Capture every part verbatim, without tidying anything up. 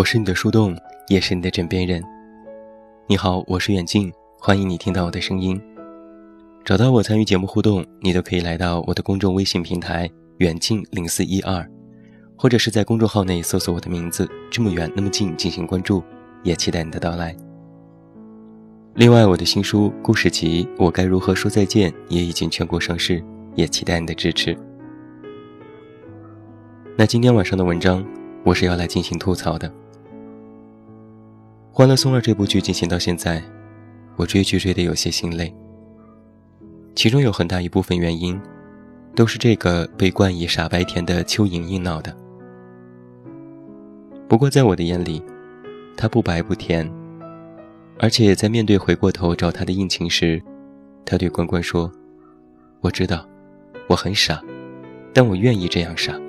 我是你的树洞，也是你的枕边人。你好，我是远近，欢迎你听到我的声音。找到我参与节目互动，你都可以来到我的公众微信平台远近零四一二，或者是在公众号内搜索我的名字这么远那么近进行关注，也期待你的到来。另外，我的新书故事集《我该如何说再见》也已经全国上市，也期待你的支持。那今天晚上的文章我是要来进行吐槽的。欢乐颂二这部剧进行到现在，我追剧追得有些心累，其中有很大一部分原因都是这个被冠以傻白甜的邱莹莹闹的。不过在我的眼里，她不白不甜，而且在面对回过头找她的应勤时，她对关关说，我知道我很傻，但我愿意这样傻。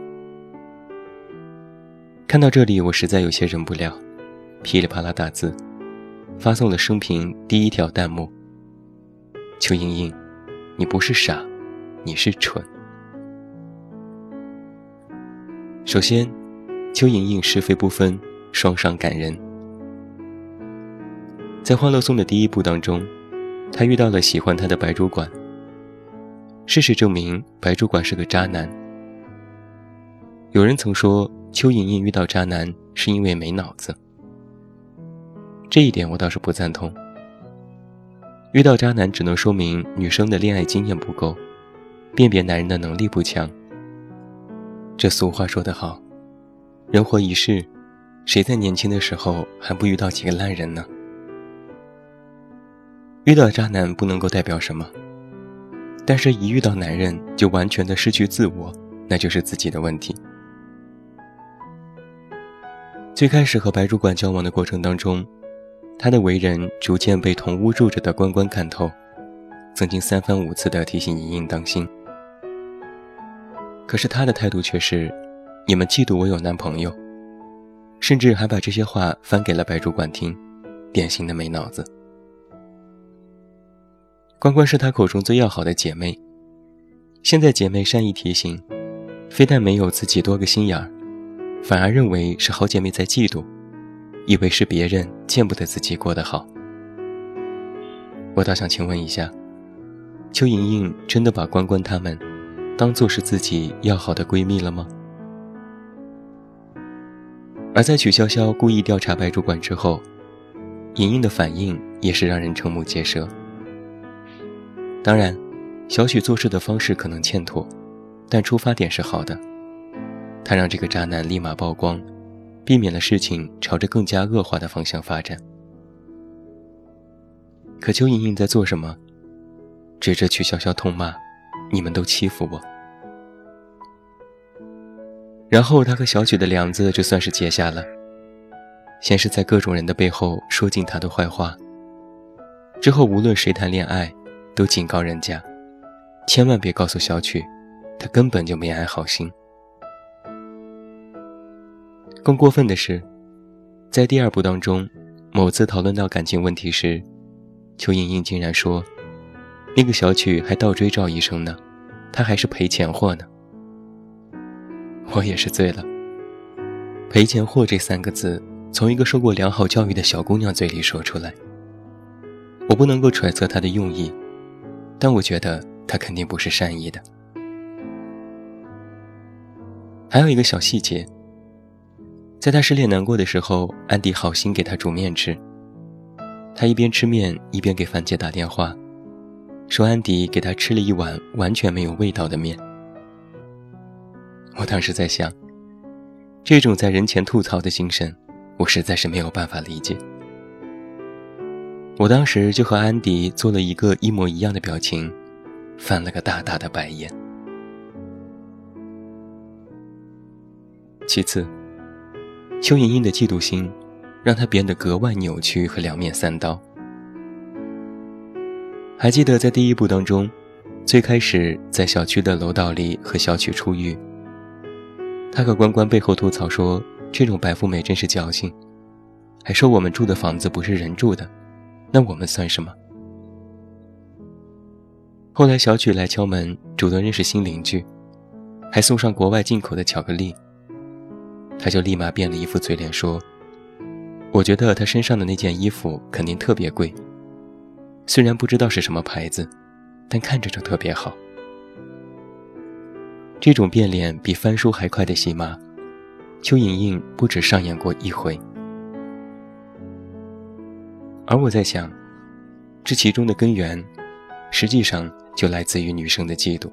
看到这里，我实在有些忍不了，噼里啪啦打字，发送了生平第一条弹幕：邱莹莹，你不是傻，你是蠢。首先，邱莹莹是非不分，双商感人。在《欢乐颂》的第一部当中，她遇到了喜欢她的白主管。事实证明，白主管是个渣男。有人曾说，邱莹莹遇到渣男是因为没脑子。这一点我倒是不赞同。遇到渣男只能说明女生的恋爱经验不够，辨别男人的能力不强。这俗话说得好，人活一世，谁在年轻的时候还不遇到几个烂人呢？遇到渣男不能够代表什么，但是一遇到男人就完全的失去自我，那就是自己的问题。最开始和白主管交往的过程当中，他的为人逐渐被同屋住着的关关看透，曾经三番五次地提醒莹莹当心。可是他的态度却是，你们嫉妒我有男朋友，甚至还把这些话翻给了白主管听，典型的没脑子。关关是他口中最要好的姐妹，现在姐妹善意提醒，非但没有自己多个心眼儿，反而认为是好姐妹在嫉妒，以为是别人见不得自己过得好。我倒想请问一下，邱莹莹真的把关关她们当作是自己要好的闺蜜了吗？而在曲筱绡故意调查白主管之后，莹莹的反应也是让人瞠目结舌。当然，小曲做事的方式可能欠妥，但出发点是好的。他让这个渣男立马曝光，避免了事情朝着更加恶化的方向发展。可邱莹莹在做什么？指着曲筱绡痛骂，你们都欺负我。然后他和小曲的梁子就算是结下了，先是在各种人的背后说尽他的坏话，之后无论谁谈恋爱都警告人家，千万别告诉小曲，他根本就没安好心。更过分的是，在第二部当中，某次讨论到感情问题时，邱莹莹竟然说，那个小曲还倒追赵医生呢，他还是赔钱货呢。我也是醉了，赔钱货这三个字从一个受过良好教育的小姑娘嘴里说出来，我不能够揣测她的用意，但我觉得她肯定不是善意的。还有一个小细节，在他失恋难过的时候，安迪好心给他煮面吃，他一边吃面一边给樊姐打电话，说安迪给他吃了一碗完全没有味道的面。我当时在想，这种在人前吐槽的精神，我实在是没有办法理解。我当时就和安迪做了一个一模一样的表情，翻了个大大的白眼。其次，邱莹莹的嫉妒心让她变得格外扭曲和两面三刀。还记得在第一部当中，最开始在小区的楼道里和小曲出狱，她和关关背后吐槽说，这种白富美真是矫情，还说我们住的房子不是人住的，那我们算什么？后来小曲来敲门，主动认识新邻居，还送上国外进口的巧克力，他就立马变了一副嘴脸说， 我觉得她身上的那件衣服肯定特别贵，虽然不知道是什么牌子，但看着就特别好。这种变脸比翻书还快的戏码，邱莹莹不止上演过一回。而我在想，这其中的根源实际上就来自于女生的嫉妒。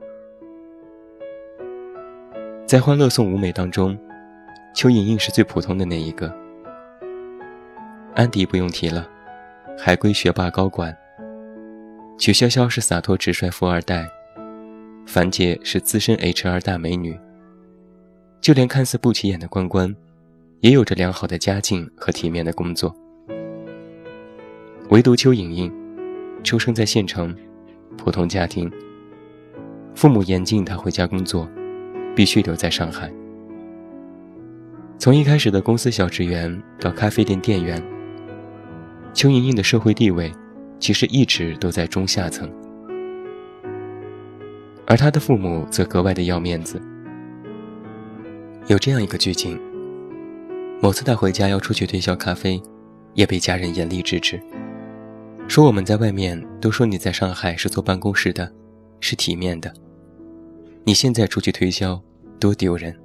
在《欢乐颂》舞美当中，邱莹莹是最普通的那一个，安迪不用提了，海归学霸高管，曲筱绡是洒脱直率富二代，樊姐是资深 H R 大美女，就连看似不起眼的关关也有着良好的家境和体面的工作。唯独邱莹莹出生在县城，普通家庭，父母严禁她回家工作，必须留在上海。从一开始的公司小职员到咖啡店店员，邱莹莹的社会地位其实一直都在中下层。而她的父母则格外的要面子。有这样一个剧情，某次她回家要出去推销咖啡，也被家人严厉制止，说我们在外面都说你在上海是坐办公室的，是体面的，你现在出去推销多丢人。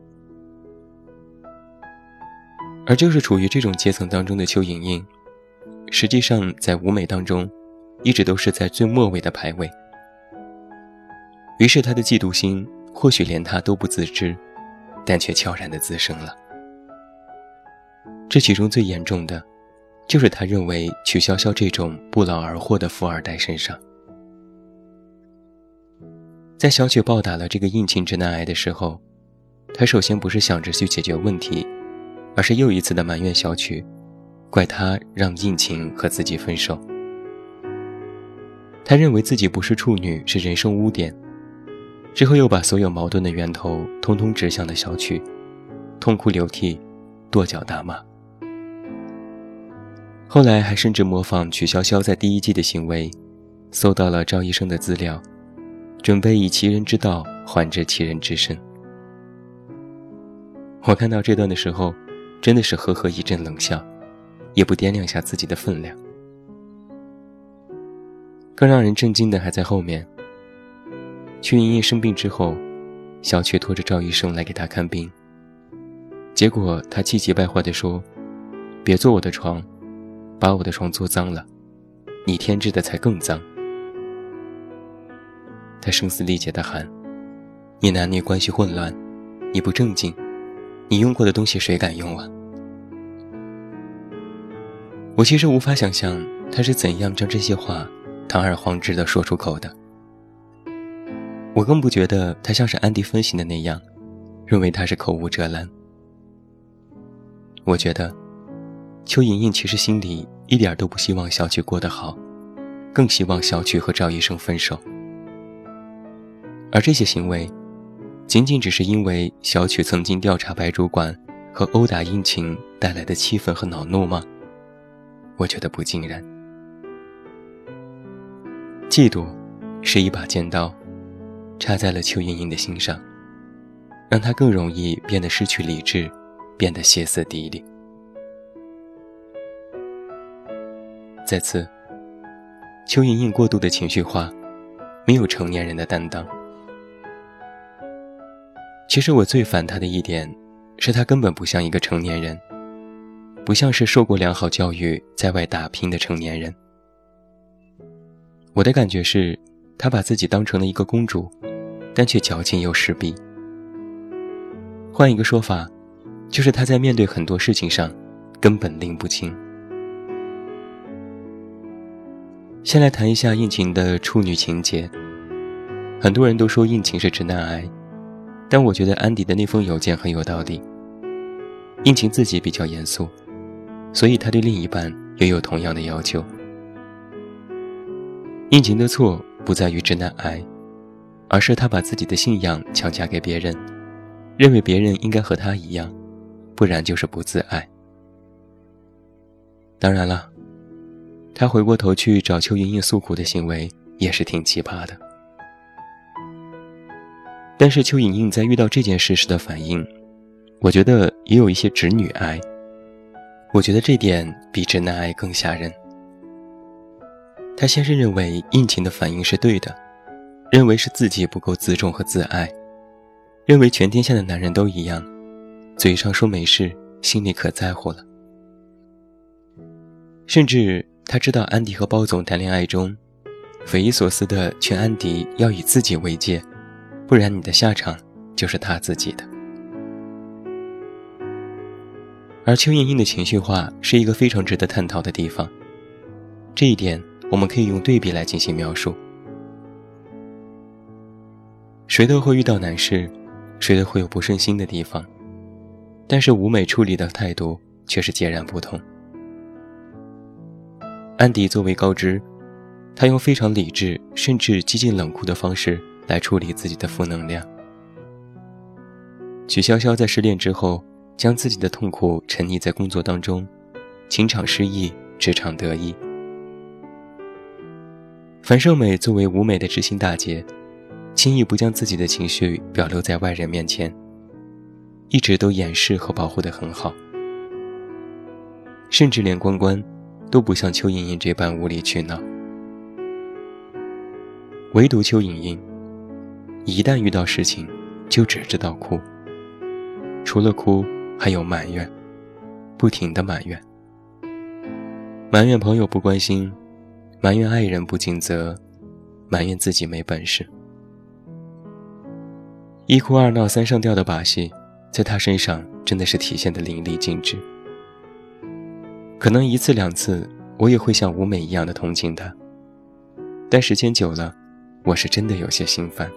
而就是处于这种阶层当中的邱莹莹，实际上在舞美当中一直都是在最末尾的排位。于是她的嫉妒心或许连她都不自知，但却悄然地滋生了。这其中最严重的就是她认为曲筱绡这种不劳而获的富二代身上。在小曲暴打了这个应勤直男癌的时候，她首先不是想着去解决问题，而是又一次的埋怨小曲，怪他让应勤和自己分手。她认为自己不是处女是人生污点，之后又把所有矛盾的源头通通指向了小曲，痛哭流涕，跺脚大骂。后来还甚至模仿曲筱绡在第一季的行为，搜到了赵医生的资料，准备以其人之道还治其人之身。我看到这段的时候真的是呵呵一阵冷笑，也不掂量下自己的分量。更让人震惊的还在后面，邱莹莹生病之后，小曲拖着赵医生来给她看病，结果她气急败坏地说，别坐我的床，把我的床做脏了，你添置的才更脏。她声嘶力竭地喊，你男女关系混乱，你不正经，你用过的东西谁敢用啊？我其实无法想象她是怎样将这些话堂而皇之地说出口的。我更不觉得她像是安迪分析的那样，认为她是口无遮拦。我觉得邱莹莹其实心里一点都不希望小曲过得好，更希望小曲和赵医生分手。而这些行为仅仅只是因为小曲曾经调查白主管和殴打殷勤带来的气愤和恼怒吗？我觉得不尽然。嫉妒是一把尖刀，插在了邱莹莹的心上，让她更容易变得失去理智，变得歇斯底里。再次，邱莹莹过度的情绪化，没有成年人的担当。其实我最烦她的一点是，她根本不像一个成年人，不像是受过良好教育在外打拼的成年人。我的感觉是，她把自己当成了一个公主，但却矫情又势利。换一个说法，就是她在面对很多事情上根本拎不清。先来谈一下应勤的处女情节。很多人都说应勤是直男癌，但我觉得安迪的那封邮件很有道理。应勤自己比较严肃，所以他对另一半也有同样的要求。应勤的错不在于直男癌，而是他把自己的信仰强加给别人，认为别人应该和他一样，不然就是不自爱。当然了，他回过头去找邱莹莹诉苦的行为也是挺奇葩的。但是邱莹莹在遇到这件事时的反应，我觉得也有一些直女癌。 我觉得这点比直男癌更吓人。他先是认为殷勤的反应是对的，认为是自己不够自重和自爱，认为全天下的男人都一样，嘴上说没事，心里可在乎了。甚至他知道安迪和包总谈恋爱中，匪夷所思地劝安迪要以自己为戒，不然你的下场就是他自己的。而邱莹莹的情绪化是一个非常值得探讨的地方，这一点我们可以用对比来进行描述。谁都会遇到难事，谁都会有不顺心的地方，但是吴美处理的态度却是截然不同。安迪作为高知，他用非常理智甚至激进冷酷的方式来处理自己的负能量。曲筱绡在失恋之后，将自己的痛苦沉溺在工作当中，情场失意，职场得意。樊胜美作为吴美的知心大姐，轻易不将自己的情绪表露在外人面前，一直都掩饰和保护得很好，甚至连关关都不像邱莹莹这般无理取闹。唯独邱莹莹，一旦遇到事情就只知道哭，除了哭还有埋怨，不停地埋怨，埋怨朋友不关心，埋怨爱人不尽责，埋怨自己没本事。一哭二闹三上吊的把戏，在他身上真的是体现得淋漓尽致。可能一次两次我也会像吴美一样的同情他，但时间久了，我是真的有些心烦。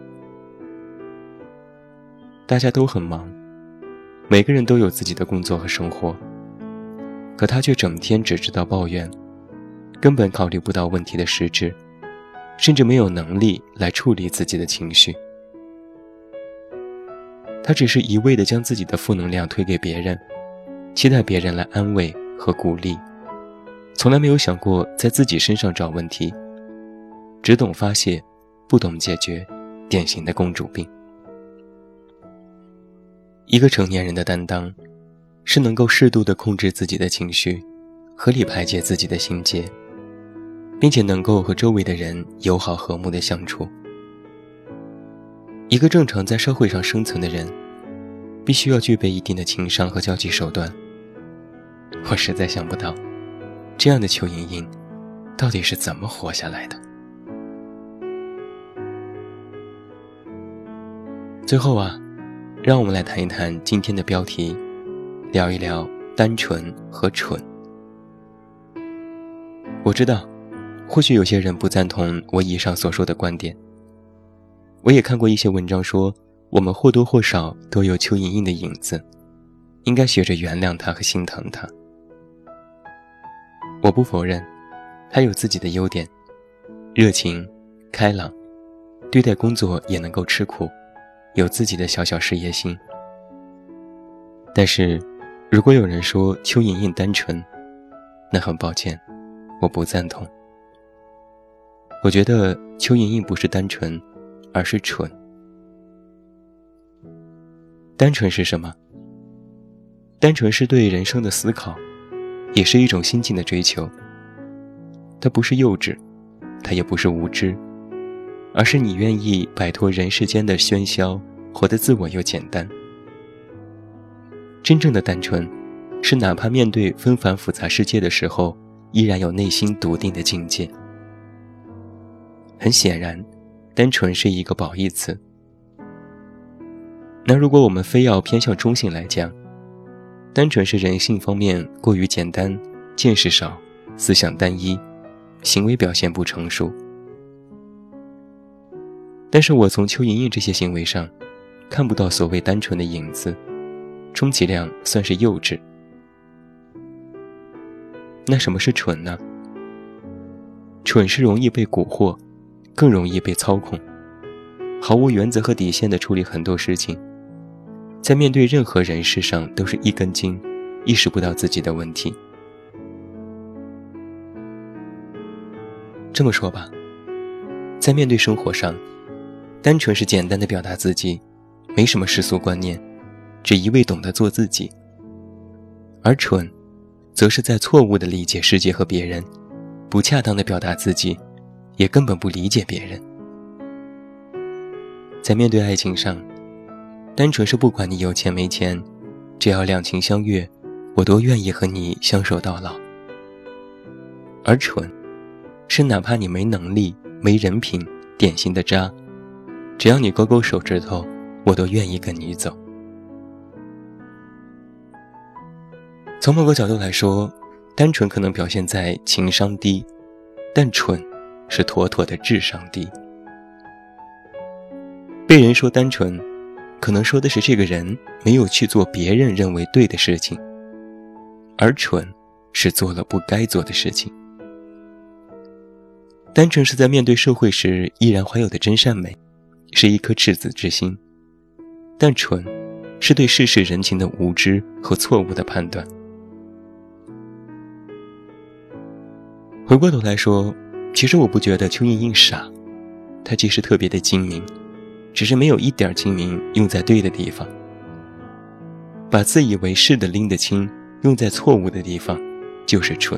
大家都很忙，每个人都有自己的工作和生活，可他却整天只知道抱怨，根本考虑不到问题的实质，甚至没有能力来处理自己的情绪。他只是一味地将自己的负能量推给别人，期待别人来安慰和鼓励，从来没有想过在自己身上找问题，只懂发泄，不懂解决，典型的公主病。一个成年人的担当，是能够适度地控制自己的情绪，合理排解自己的心结，并且能够和周围的人友好和睦地相处。一个正常在社会上生存的人，必须要具备一定的情商和交际手段。我实在想不到，这样的邱莹莹到底是怎么活下来的。最后啊，让我们来谈一谈今天的标题，聊一聊单纯和蠢。我知道，或许有些人不赞同我以上所说的观点。我也看过一些文章说，我们或多或少都有邱莹莹的影子，应该学着原谅她和心疼她。我不否认，她有自己的优点，热情、开朗，对待工作也能够吃苦，有自己的小小事业心。但是，如果有人说邱莹莹单纯，那很抱歉，我不赞同。我觉得邱莹莹不是单纯，而是蠢。单纯是什么？单纯是对人生的思考，也是一种心境的追求。它不是幼稚，它也不是无知，而是你愿意摆脱人世间的喧嚣，活得自我又简单。真正的单纯，是哪怕面对纷繁复杂世界的时候，依然有内心笃定的境界。很显然，单纯是一个褒义词。那如果我们非要偏向中性来讲，单纯是人性方面过于简单，见识少，思想单一，行为表现不成熟。但是我从邱莹莹这些行为上看不到所谓单纯的影子，充其量算是幼稚。那什么是蠢呢？蠢是容易被蛊惑，更容易被操控，毫无原则和底线地处理很多事情，在面对任何人事上都是一根筋，意识不到自己的问题。这么说吧，在面对生活上，单纯是简单的表达自己，没什么世俗观念，只一味懂得做自己。而蠢则是在错误地理解世界和别人，不恰当地表达自己，也根本不理解别人。在面对爱情上，单纯是不管你有钱没钱，只要两情相悦，我都愿意和你相守到老。而蠢是哪怕你没能力没人品，典型的渣，只要你勾勾手指头，我都愿意跟你走。从某个角度来说，单纯可能表现在情商低，但蠢是妥妥的智商低。被人说单纯，可能说的是这个人没有去做别人认为对的事情，而蠢是做了不该做的事情。单纯是在面对社会时依然怀有的真善美，是一颗赤子之心，但蠢是对世事人情的无知和错误的判断。回过头来说，其实我不觉得邱莹莹傻，她其实特别的精明，只是没有一点精明用在对的地方。把自以为是的拎得清用在错误的地方，就是蠢。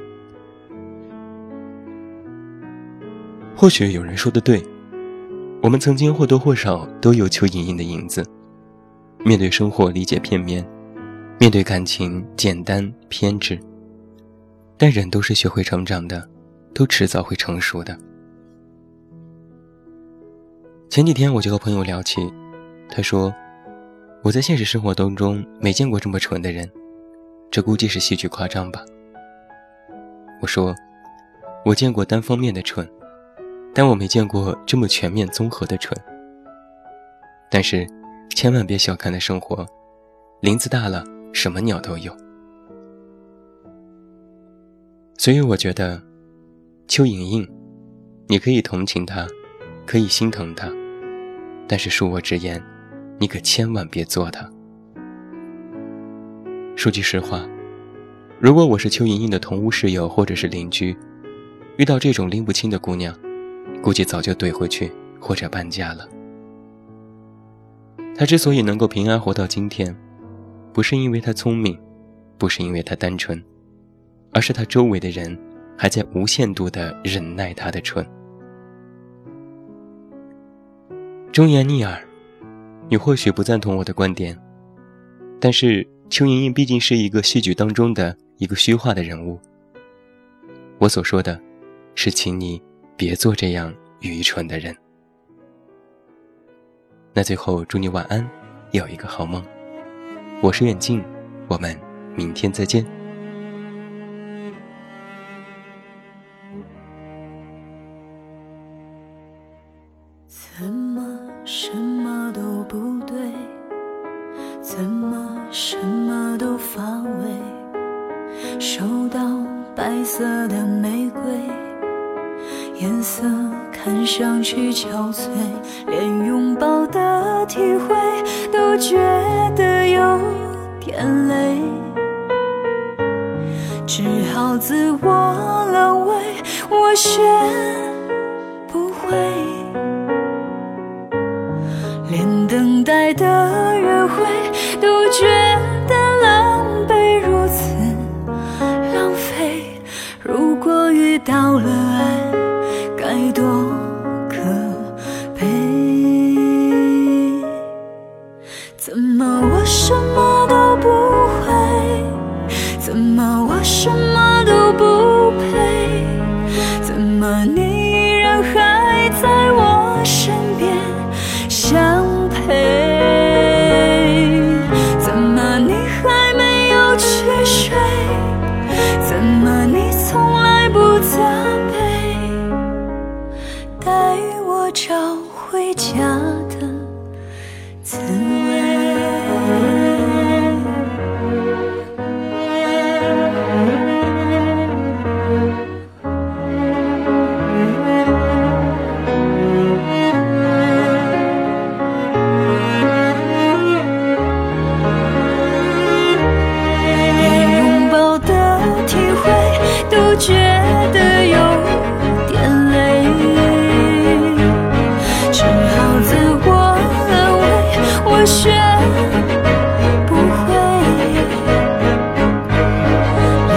或许有人说的对，我们曾经或多或少都有邱莹莹的影子，面对生活理解片面，面对感情简单偏执，但人都是学会成长的，都迟早会成熟的。前几天我就和朋友聊起，他说我在现实生活当中没见过这么蠢的人，这估计是戏剧夸张吧。我说我见过单方面的蠢，但我没见过这么全面综合的蠢。但是千万别小看了生活，林子大了什么鸟都有。所以我觉得邱莹莹，你可以同情她，可以心疼她，但是恕我直言，你可千万别做她。说句实话，如果我是邱莹莹的同屋室友或者是邻居，遇到这种拎不清的姑娘，估计早就怼回去或者搬家了。她之所以能够平安活到今天，不是因为她聪明，不是因为她单纯，而是她周围的人还在无限度地忍耐她的蠢。忠言逆耳，你或许不赞同我的观点，但是邱莹莹毕竟是一个戏剧当中的一个虚化的人物。我所说的是请你别做这样愚蠢的人。那最后祝你晚安，有一个好梦。我是远近，我们明天再见。 怎么什么都不对，怎么什么都乏味，收到白色的玫瑰，颜色看上去憔悴，连拥抱的体会都觉得有点累，只好自我安慰，我学不会，连等待的约会都觉得狼狈，如此浪费，如果遇到了爱该多可悲。怎么我什么都不会，怎么我什么都不配，怎么你依然还在我身边相陪，怎么你还没有去睡，怎么你从来不责备，带我找回家的滋味。觉得有点累，只好自我安慰，我学不会，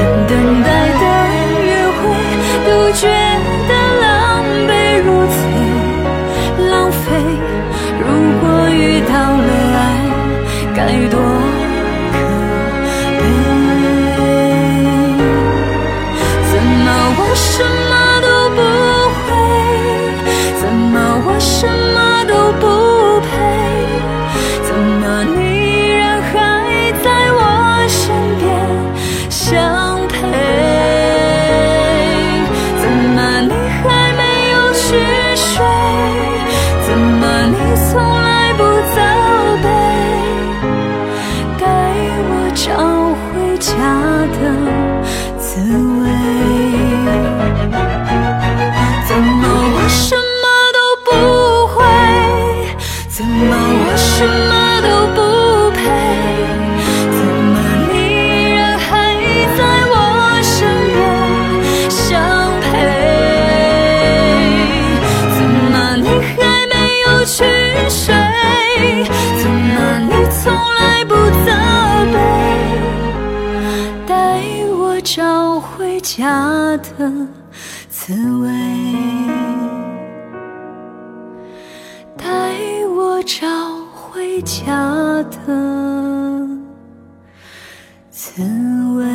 怎么我什么都不配？怎么你人还在我身边相陪？怎么你还没有去睡？怎么你从来不责备？带我找回家的滋味，带我找回家的滋味。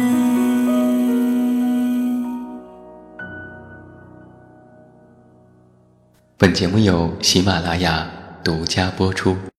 本节目由喜马拉雅独家播出。